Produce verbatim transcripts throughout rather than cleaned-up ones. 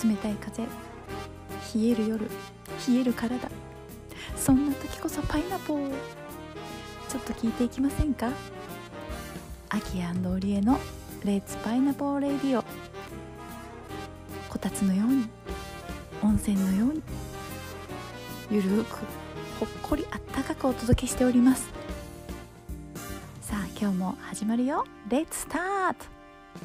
冷たい風、冷える夜、冷える体、そんな時こそパイナポー、ちょっと聞いていきませんか。アキ&オリエのレッツパイナポーレディオ。こたつのように、温泉のように、ゆるくほっこりあったかくお届けしております。さあ今日も始まるよ。レッツスタート。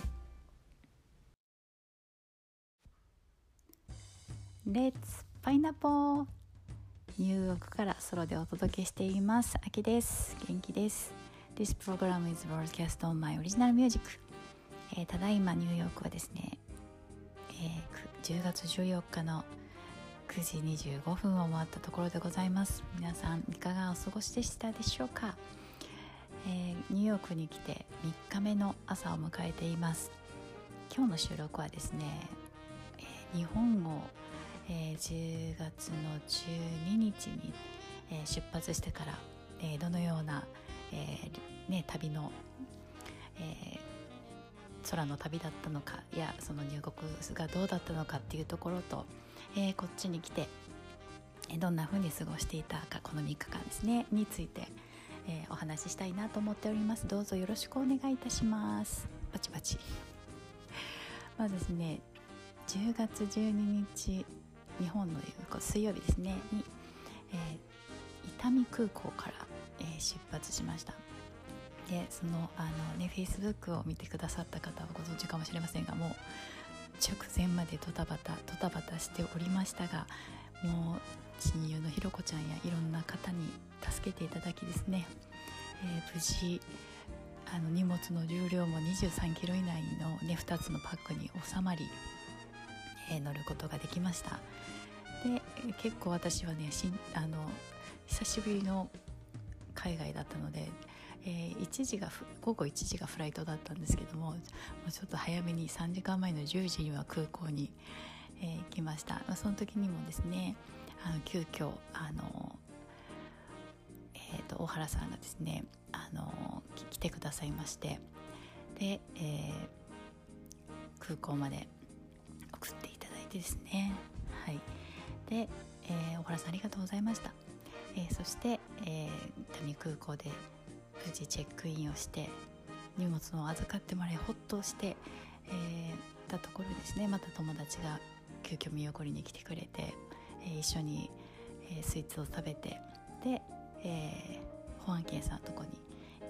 レッツパイナポー。ニューヨークからソロでお届けしています。アキです。元気です。This program is broadcast on my original music、えー、ただいまニューヨークはですね、えー、じゅうがつじゅうよっかのくじにじゅうごふんを回ったところでございます。皆さんいかがお過ごしでしたでしょうか。えー、ニューヨークに来てみっかめの朝を迎えています。今日の収録はですね、えー、日本を、えー、じゅうがつのじゅうににちに、えー、出発してから、えー、どのような、えーね、旅の、えー、空の旅だったのかや、その入国がどうだったのかっていうところと、えー、こっちに来て、えー、どんな風に過ごしていたか、このみっかかんですねについて、えー、お話ししたいなと思っております。どうぞよろしくお願いいたします。パチパチ。まずですね、じゅうがつじゅうににち、日本の水曜日ですねに、えー、伊丹空港から、えー、出発しました。でそのあのね、Facebook を見てくださった方はご存知かもしれませんが、もう直前までドタバタドタバタしておりましたが、もう親友のひろこちゃんやいろんな方に助けていただきですね、えー、無事あの荷物の重量もにじゅうさんキロ以内の、ね、ふたつのパックに収まり、えー、乗ることができました。で結構私はねしんあの久しぶりの海外だったので、えー、いちじが午後いちじがフライトだったんですけども、もうちょっと早めにさんじかんまえのじゅうじには空港に、えー、来ました。まあ、その時にもですね、あの急遽あの、えー、と大原さんがですねあの来てくださいまして、で、えー、空港まで送っていただいてですね、はい、で、えー、大原さんありがとうございました。えー、そして、えー、伊丹空港で無事チェックインをして荷物を預かってもらいほっとして、えー、たところですね、また友達が急遽見送りに来てくれて、えー、一緒に、えー、スイーツを食べて、で、えー、保安検査のとこに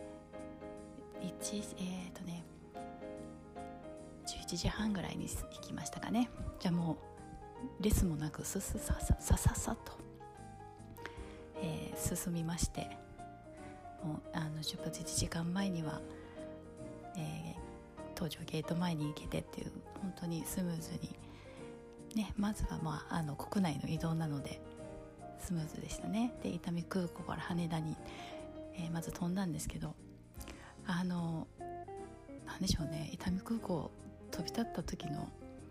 1、えーとね、じゅういちじはんぐらいに行きましたかね。じゃあもうレスもなくススサササササと、えー、進みまして、もうあの出発いちじかんまえには、えー、搭乗ゲート前に行けてっていう、本当にスムーズに、ね、まずは、まあ、あの国内の移動なのでスムーズでしたね。で伊丹空港から羽田に、えー、まず飛んだんですけど、あのなんでしょうね、伊丹空港飛び立った時の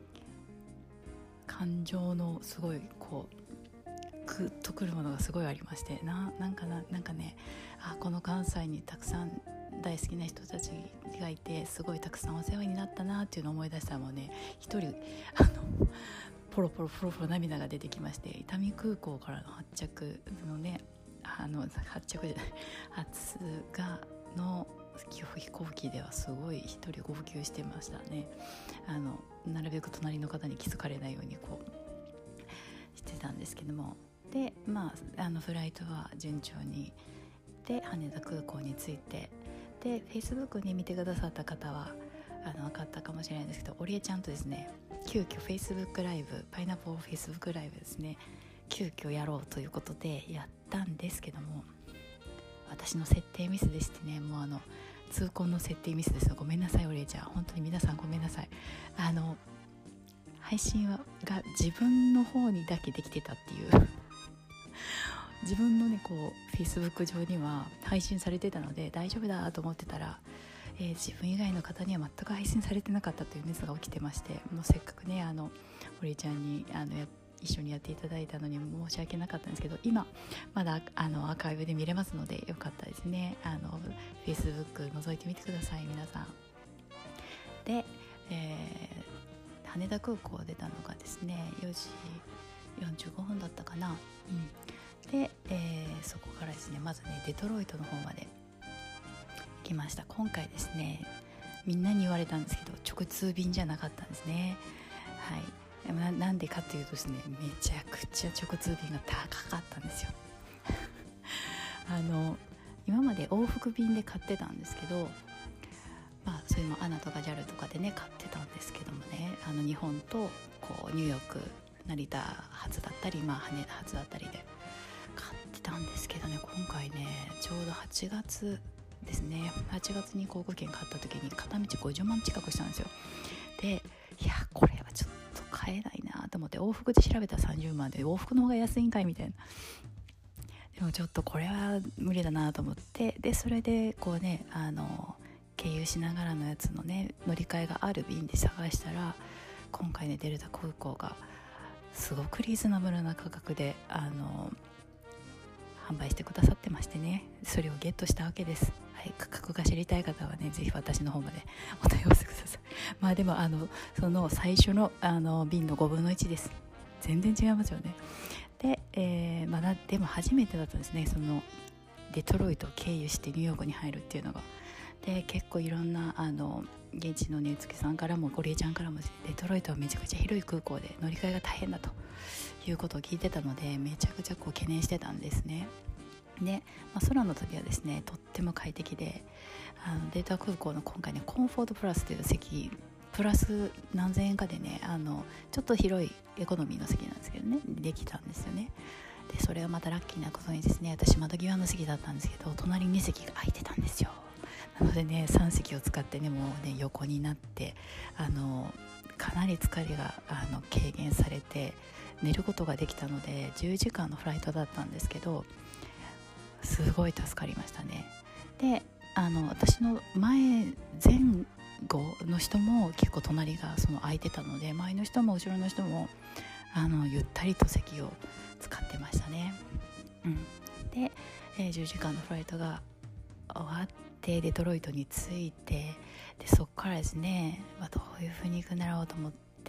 感情のすごいこうグッとくるものがすごいありまして、 な, なんかななんかね、あこの関西にたくさん大好きな人たちがいて、すごいたくさんお世話になったなっていうのを思い出したら、もうね一人あのポロポロポロポロ涙が出てきまして、伊丹空港からの発着のね、あの発着じゃない発がの飛行機ではすごい一人号泣してましたね。あのなるべく隣の方に気づかれないようにこうしてたんですけども、で、まあ、あのフライトは順調にで羽田空港に着いて、で Facebook に見てくださった方はあの分かったかもしれないんですけど、オリエちゃんとですね急遽 Facebook ライブ、パイナポー Facebook ライブですね、急遽やろうということでやったんですけども、私の設定ミスでしてね、もうあの痛恨の設定ミスです。ごめんなさいオリエちゃん、本当に皆さんごめんなさい。あの配信はが自分の方にだけできてたっていう自分のねこう Facebook 上には配信されてたので大丈夫だと思ってたら、えー、自分以外の方には全く配信されてなかったというミスが起きてまして、もうせっかくねあのオリちゃんにあのや一緒にやっていただいたのに申し訳なかったんですけど、今まだあのアーカイブで見れますのでよかったですね。あの Facebook 覗いてみてください皆さん。で、えー羽田空港を出たのがですねよじよんじゅうごふんだったかな、うん、で、えー、そこからですねまずねデトロイトの方まで行きました。今回ですねみんなに言われたんですけど直通便じゃなかったんですね。はい、な, なんでかというとですねめちゃくちゃ直通便が高かったんですよあの今まで往復便で買ってたんですけど、まあそれもアナとか ジャル とかでね買ってたんですけどもね、あの日本とこうニューヨーク成田発だったり、まあ、羽田発だったりで買ってたんですけどね、今回ねちょうどはちがつですね、はちがつに航空券買った時に片道ごじゅうまん近くしたんですよ。で、いやこれはちょっと買えないなと思って往復で調べたらさんじゅうまんで往復の方が安いんかいみたいな、でもちょっとこれは無理だなと思って、でそれでこうねあの経由しながらのやつのね乗り換えがある便で探したら、今回ねデルタ空港がすごくリーズナブルな価格であの販売してくださってましてね、それをゲットしたわけです。はい、価格が知りたい方はねぜひ私の方までお問い合わせください。まあでもあのその最初のあの便のごぶんのいちです。全然違いますよね。で、えーまあ、でも初めてだったんですね、そのデトロイトを経由してニューヨークに入るっていうのが。で結構いろんなあの現地のねつけさんからもゴリエちゃんからも、デトロイトはめちゃくちゃ広い空港で乗り換えが大変だということを聞いてたので、めちゃくちゃこう懸念してたんですね。で、まあ、空の旅はですねとっても快適で、あのデータ空港の今回ねコンフォートプラスという席プラス何千円かでね、あのちょっと広いエコノミーの席なんですけどねできたんですよね。でそれはまたラッキーなことにですね、私窓際の席だったんですけど隣に席が空いてたんですよ。なのでねさん席を使ってねもうね横になってあのかなり疲れがあの軽減されて寝ることができたので、じゅうじかんのフライトだったんですけどすごい助かりましたね。であの私の前前後の人も結構隣がその空いてたので、前の人も後ろの人もあのゆったりと席を使ってましたね。うん、で、えー、じゅうじかんのフライトが終わってデトロイトに着いて、でそこからですね、まあ、どういう風に行くんだろうと思って、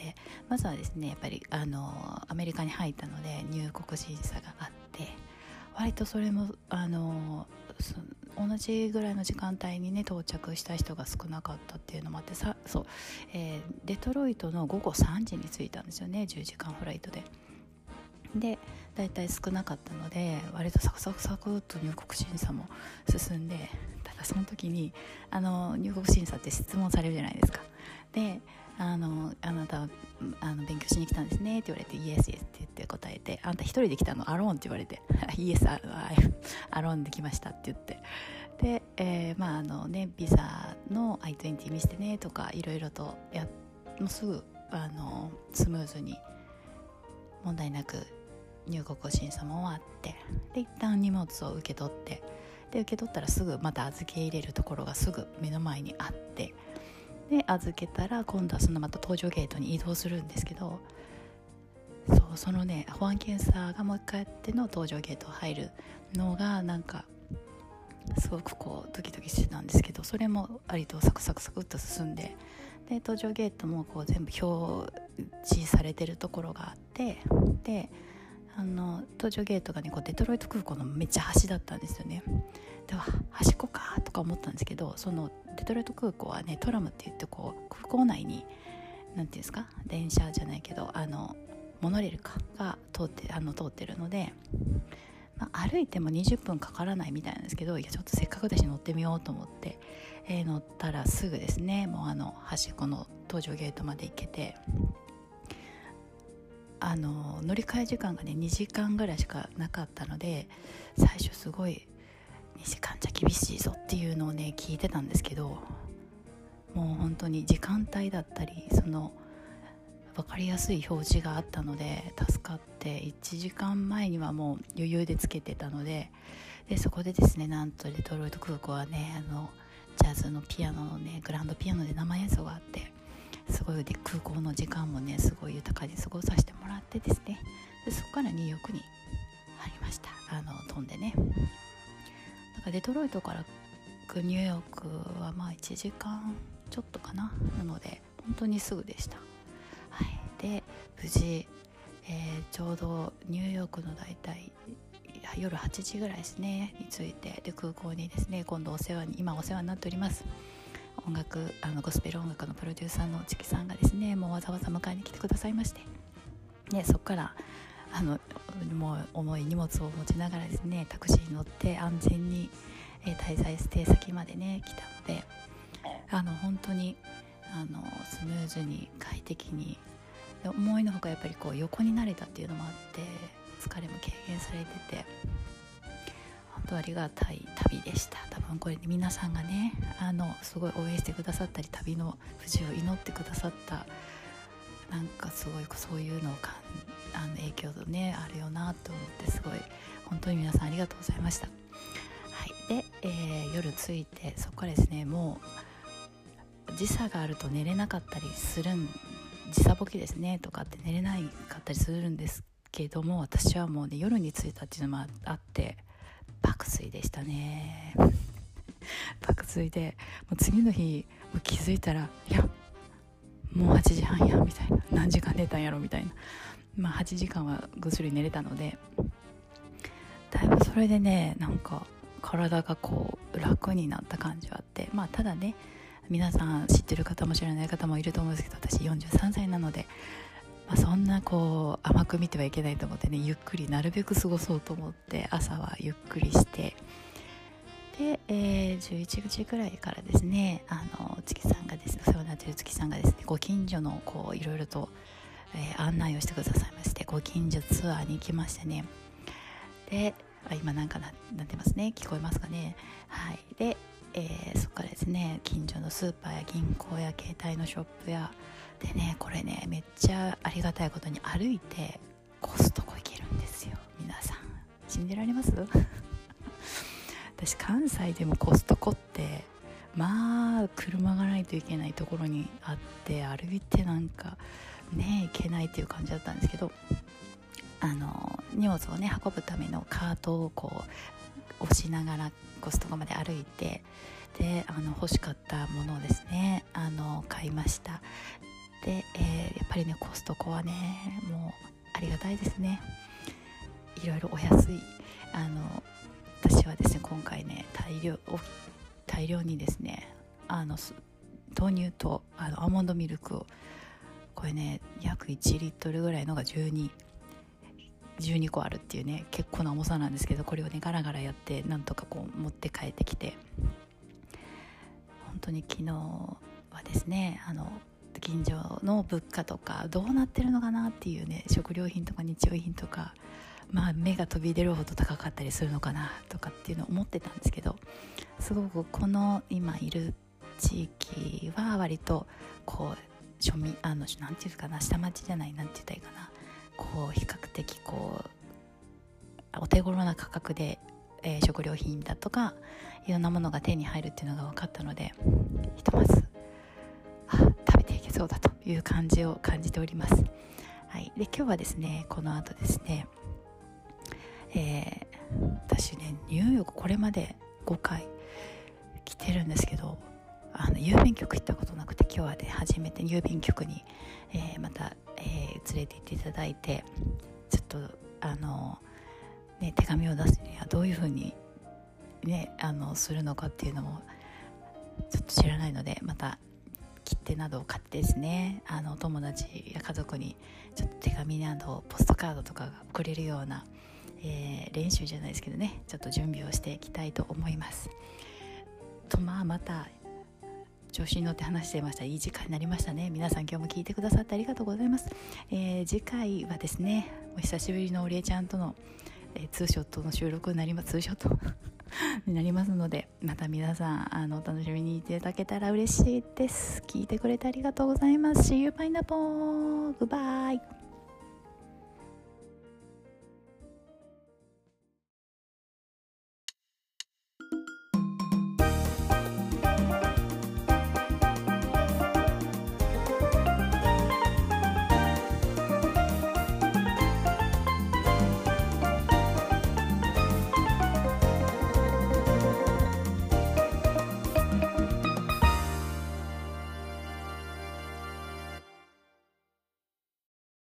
まずはですねやっぱりあのアメリカに入ったので入国審査があって、割とそれもあの同じぐらいの時間帯にね到着した人が少なかったっていうのもあってさそう、えー、デトロイトのごごさんじに着いたんですよね、じゅうじかんフライトで。でだいたい少なかったので割とサクサクサクっと入国審査も進んで、ただその時にあの入国審査って質問されるじゃないですか。であのあなたあの勉強しに来たんですねって言われてイエスイエスって言って答えて、あんた一人で来たのアローンって言われてイエスアローンで来ましたって言って、で、えー、まああのねビザの アイトゥエンティー 見せてねとかいろいろとやもうすぐあのスムーズに問題なく入国審査も終わって、で一旦荷物を受け取って、で受け取ったらすぐまた預け入れるところがすぐ目の前にあって、で預けたら今度はそのまた搭乗ゲートに移動するんですけど、そうそのね保安検査がもう一回やっての搭乗ゲート入るのがなんかすごくこうドキドキしてたんですけど、それも割とサクサクサクっと進んで、で搭乗ゲートもこう全部表示されてるところがあって、であの搭乗ゲートがねこうデトロイト空港のめっちゃ端だったんですよね。では端っこかとか思ったんですけど、そのデトロイト空港はねトラムって言ってこう空港内になんていうんですか電車じゃないけどあのモノレールかが通ってあの通ってるので、まあ、歩いてもにじゅっぷんかからないみたいなんですけど、いやちょっとせっかくだし乗ってみようと思って、えー、乗ったらすぐですねもうあの端っこの搭乗ゲートまで行けて、あの乗り換え時間がねにじかんぐらいしかなかったので、最初すごいにじかんじゃ厳しいぞっていうのをね聞いてたんですけど、もう本当に時間帯だったりその分かりやすい表示があったので助かって、いちじかんまえにはもう余裕でつけてたので、でそこでですねなんとデトロイト空港はねあのジャズのピアノのねグランドピアノで生演奏があって、すごいで空港の時間もねすごい豊かに過ごさせてもらってですね、でそこからニューヨークに入りました。あの飛んでね、だからデトロイトからニューヨークはまあいちじかんちょっとかな、なので本当にすぐでした。はで無事、えー、ちょうどニューヨークのだいたい夜はちじぐらいですねに着いて、で空港にですね今度お世話に今お世話になっております音楽あのゴスペル音楽のプロデューサーのチキさんがですねもうわざわざ迎えに来てくださいまして、でそこからあのもう重い荷物を持ちながらですねタクシーに乗って安全に、えー、滞在ステイ先までね来たので、あの本当にあのスムーズに快適に、思いのほかやっぱりこう横になれたっていうのもあって疲れも軽減されてて本当ありがたい旅でした。多分これ皆さんがねあのすごい応援してくださったり旅の無事を祈ってくださったなんかすごいそういうのをかあの影響ねあるよなと思って、すごい本当に皆さんありがとうございました。はい、で、えー、夜着いてそこからですねもう時差があると寝れなかったりするん時差ボケですねとかって寝れないかったりするんですけども、私はもうね夜に着いたっていうのもあって爆睡でしたね爆睡でもう次の日もう気づいたらいやもうはちじはんやみたいな、何時間寝たんやろみたいな、まあはちじかんはぐっすり寝れたのでだいぶそれでねなんか体がこう楽になった感じはあって、まあただね皆さん知ってる方も知らない方もいると思うんですけど、私よんじゅうさんさいなので、まあ、そんなこう甘く見てはいけないと思ってねゆっくりなるべく過ごそうと思って朝はゆっくりしてで、えー、じゅういちじくらいからですねあの月さんがですねお世話になっている月さんがですねご近所のこういろいろと、えー、案内をしてくださいまして、ご近所ツアーに行きましてね、であ今なんか な, なってますね聞こえますかね。はいでえー、そこからですね近所のスーパーや銀行や携帯のショップやでねこれねめっちゃありがたいことに歩いてコストコ行けるんですよ。皆さん信じられます私関西でもコストコってまあ車がないといけないところにあって歩いてなんかね行けないっていう感じだったんですけど、あの荷物をね運ぶためのカートをこう押しながらコストコまで歩いてであの欲しかったものをですねあの買いました。で、えー、やっぱりねコストコはねもうありがたいですね。いろいろお安いあの私はですね今回ね大量大量にですねあの豆乳とあのアーモンドミルクをこれね約いちリットルぐらいのがじゅうにじゅうにこあるっていうね結構な重さなんですけど、これをねガラガラやってなんとかこう持って帰ってきて、本当に昨日はですねあの近所の物価とかどうなってるのかなっていうね食料品とか日用品とかまあ目が飛び出るほど高かったりするのかなとかっていうのを思ってたんですけど、すごくこの今いる地域は割とこう庶民あのなんていうかな下町じゃないなんて言ったらいいかなこう比較的こうお手頃な価格で、えー、食料品だとかいろんなものが手に入るっていうのが分かったので、ひとまずあ食べていけそうだという感じを感じております。はい、で今日はですねこの後ですね、えー、私ねニューヨークこれまでごかい来てるんですけどあの郵便局行ったことなくて、今日はね初めて郵便局に、えー、また、えー、連れて行っていただいてちょっとあの、ね、手紙を出すにはどういうふうに、ね、あのするのかっていうのもちょっと知らないので、また切手などを買ってですねあのお友達や家族にちょっと手紙などポストカードとかが送れるような、えー、練習じゃないですけどねちょっと準備をしていきたいと思います。とまあまた調子に乗って話していました。いい時間になりましたね。皆さん今日も聞いてくださってありがとうございます。えー、次回はですねお久しぶりのおりえちゃんとの、えー、ツーショットの収録になりますツーショットになりますので、また皆さんあのお楽しみにいただけたら嬉しいです。聞いてくれてありがとうございます。See you pineapple. Goodbye.